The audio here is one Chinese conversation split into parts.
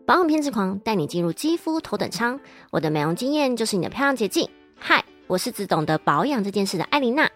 保养偏执狂带你进入肌肤头等舱，我的美容经验就是你的漂亮捷径。嗨，我是只懂得保养这件事的艾琳娜。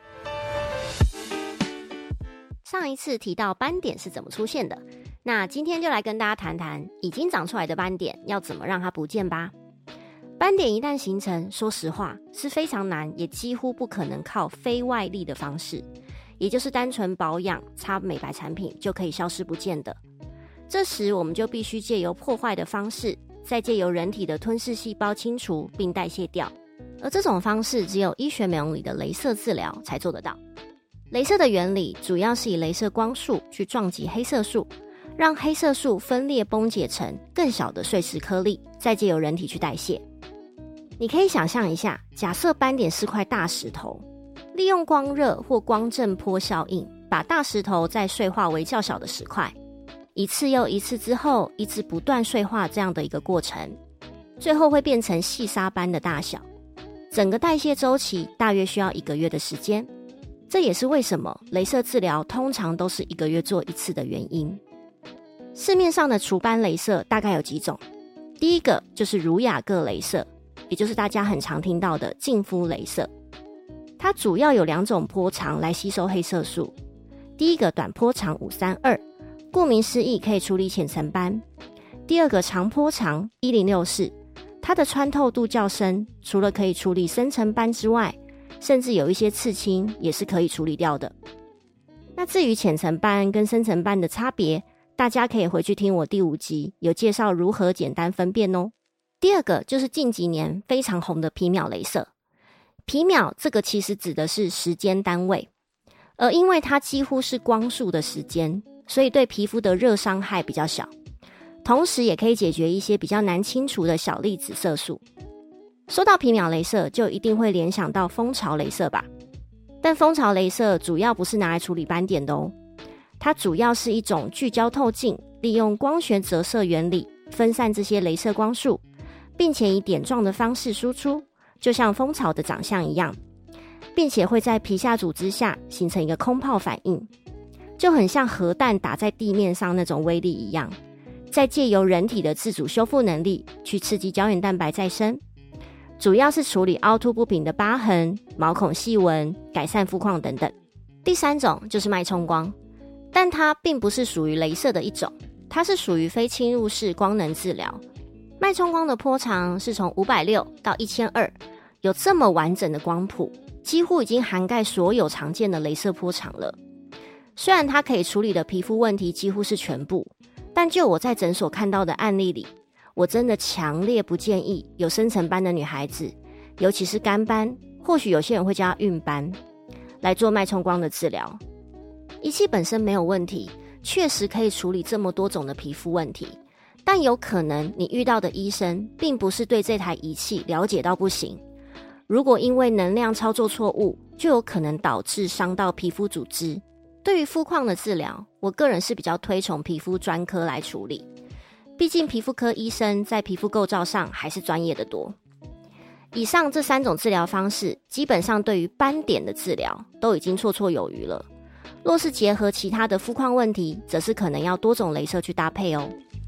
上一次提到斑点是怎么出现的，那今天就来跟大家谈谈已经长出来的斑点要怎么让它不见吧。斑点一旦形成，说实话是非常难，也几乎不可能靠非外力的方式，也就是单纯保养、擦美白产品就可以消失不见的。这时我们就必须借由破坏的方式，再借由人体的吞噬细胞清除并代谢掉，而这种方式只有医学美容里的雷射治疗才做得到。雷射的原理主要是以雷射光束去撞击黑色素，让黑色素分裂崩解成更小的碎石颗粒，再借由人体去代谢。你可以想象一下，假设斑点是块大石头，利用光热或光震波效应，把大石头再碎化为较小的石块，一次又一次之后，一直不断碎化这样的一个过程，最后会变成细沙般的大小。整个代谢周期大约需要1个月的时间，这也是为什么雷射治疗通常都是1个月做一次的原因。市面上的除斑雷射大概有几种，第一个就是儒雅各雷射，也就是大家很常听到的净肤雷射。它主要有2种波长来吸收黑色素，第一个短波长532，顾名思义可以处理浅层斑。第二个长波长1064，它的穿透度较深，除了可以处理深层斑之外，甚至有一些刺青也是可以处理掉的。那至于浅层斑跟深层斑的差别，大家可以回去听我第5集，有介绍如何简单分辨哦。第二个就是近几年非常红的皮秒雷射。皮秒这个其实指的是时间单位，而因为它几乎是光速的时间，所以对皮肤的热伤害比较小，同时也可以解决一些比较难清除的小粒子色素。说到皮秒雷射，就一定会联想到蜂巢雷射吧？但蜂巢雷射主要不是拿来处理斑点的哦，它主要是一种聚焦透镜，利用光学折射原理分散这些雷射光束，并且以点状的方式输出，就像蜂巢的长相一样，并且会在皮下组织下形成一个空泡反应，就很像核弹打在地面上那种威力一样，再借由人体的自主修复能力去刺激胶原蛋白再生，主要是处理凹凸不平的疤痕、毛孔细纹、改善肤况等等。第3种就是脉冲光，但它并不是属于雷射的一种，它是属于非侵入式光能治疗。脉冲光的波长是从560到1200，有这么完整的光谱，几乎已经涵盖所有常见的雷射波长了。虽然它可以处理的皮肤问题几乎是全部，但就我在诊所看到的案例里，我真的强烈不建议有深层斑的女孩子，尤其是干斑，或许有些人会叫它孕斑，来做脉冲光的治疗。仪器本身没有问题，确实可以处理这么多种的皮肤问题，但有可能你遇到的医生并不是对这台仪器了解到不行，如果因为能量操作错误，就有可能导致伤到皮肤组织。对于肤况的治疗，我个人是比较推崇皮肤专科来处理，毕竟皮肤科医生在皮肤构造上还是专业的多。以上这3种治疗方式，基本上对于斑点的治疗都已经绰绰有余了。若是结合其他的肤况问题，则是可能要多种雷射去搭配哦。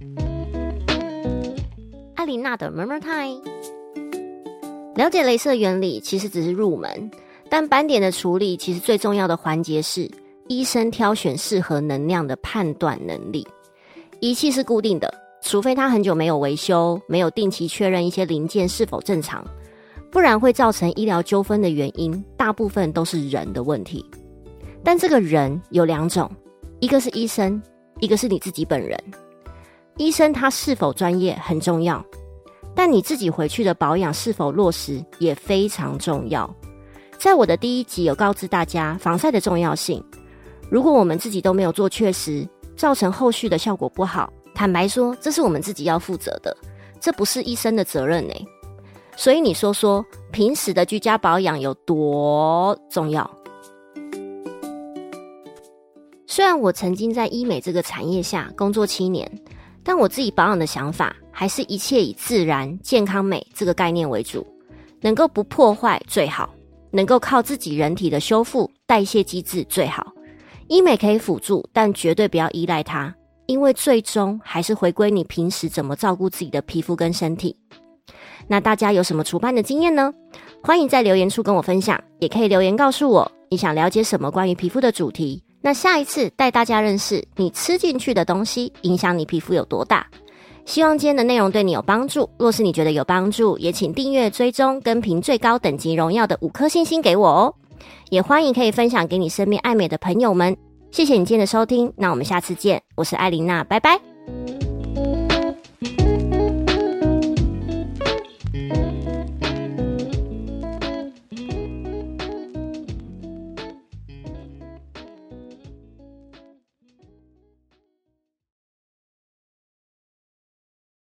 艾琳娜的 Murmur Time。 了解雷射原理其实只是入门，但斑点的处理其实最重要的环节是医生挑选适合能量的判断能力。仪器是固定的，除非它很久没有维修，没有定期确认一些零件是否正常，不然会造成医疗纠纷的原因大部分都是人的问题。但这个人有2种，一个是医生，一个是你自己本人。医生他是否专业很重要，但你自己回去的保养是否落实也非常重要。在我的第1集有告知大家防晒的重要性，如果我们自己都没有做确实，造成后续的效果不好，坦白说这是我们自己要负责的，这不是医生的责任耶。所以你说平时的居家保养有多重要？虽然我曾经在医美这个产业下工作7年，但我自己保养的想法还是一切以自然、健康美这个概念为主，能够不破坏最好，能够靠自己人体的修复代谢机制最好。医美可以辅助，但绝对不要依赖它， 因为最终还是回归你平时怎么照顾自己的皮肤跟身体。那大家有什么除斑的经验呢？欢迎在留言处跟我分享，也可以留言告诉我你想了解什么关于皮肤的主题。那下一次带大家认识你吃进去的东西影响你皮肤有多大。希望今天的内容对你有帮助，若是你觉得有帮助，也请订阅追踪跟评最高等级荣耀的5颗星星给我哦。也欢迎可以分享给你身边爱美的朋友们。谢谢你今天的收听，那我们下次见，我是艾琳娜，拜拜。